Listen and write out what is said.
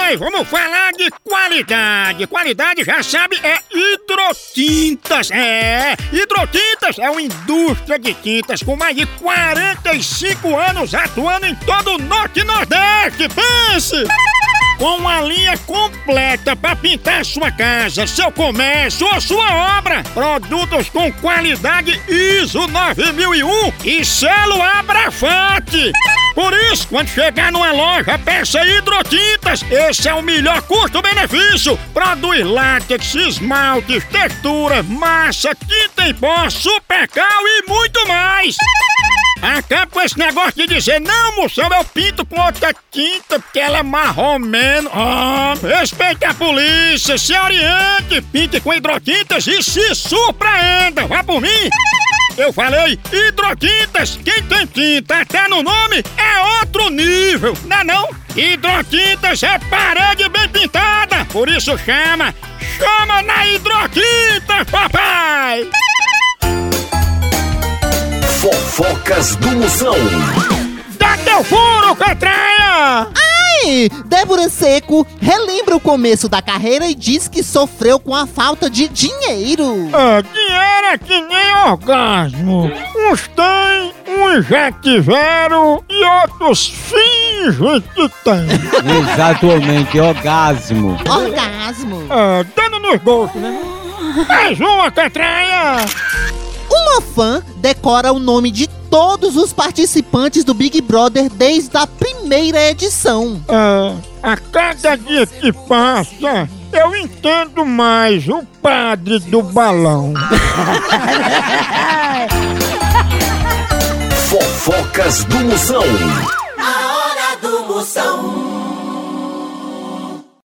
Ei, vamos falar de qualidade. Qualidade, já sabe, é Hidrotintas. Hidrotintas é uma indústria de tintas com mais de 45 anos atuando em todo o Norte e Nordeste. Pense! Com uma linha completa para pintar sua casa, seu comércio ou sua obra. Produtos com qualidade ISO 9001 e selo Abrafate. Por isso, quando chegar numa loja, peça Hidrotintas. Esse é o melhor custo-benefício. Produz látex, esmaltes, textura, massa, tinta em pó, supercal e muito mais. Acaba com esse negócio de dizer, não, moção, eu pinto com outra tinta porque ela é marromeno. Respeite a polícia, se oriente, pinte com Hidrotintas e se surpreenda. Vá por mim. Eu falei Hidrotintas. Quem tem tinta até no nome é outro nível, não é não? Hidrotintas é parede bem pintada. Por isso chama na Hidrotintas, papai! Fofocas do Moção. Dá teu furo, Catraia! Ai! Débora Seco relembra o começo da carreira e diz que sofreu com a falta de dinheiro. Dinheiro é que nem orgasmo. Uns têm, uns já tiveram e outros fingem que têm. Exatamente, orgasmo. Orgasmo. Dando nos bolsos, né? Mais uma, Catraia! Uma fã decora o nome de todos os participantes do Big Brother desde a primeira edição. A cada dia que passa, eu entendo mais o padre do balão. Fofocas do Moção.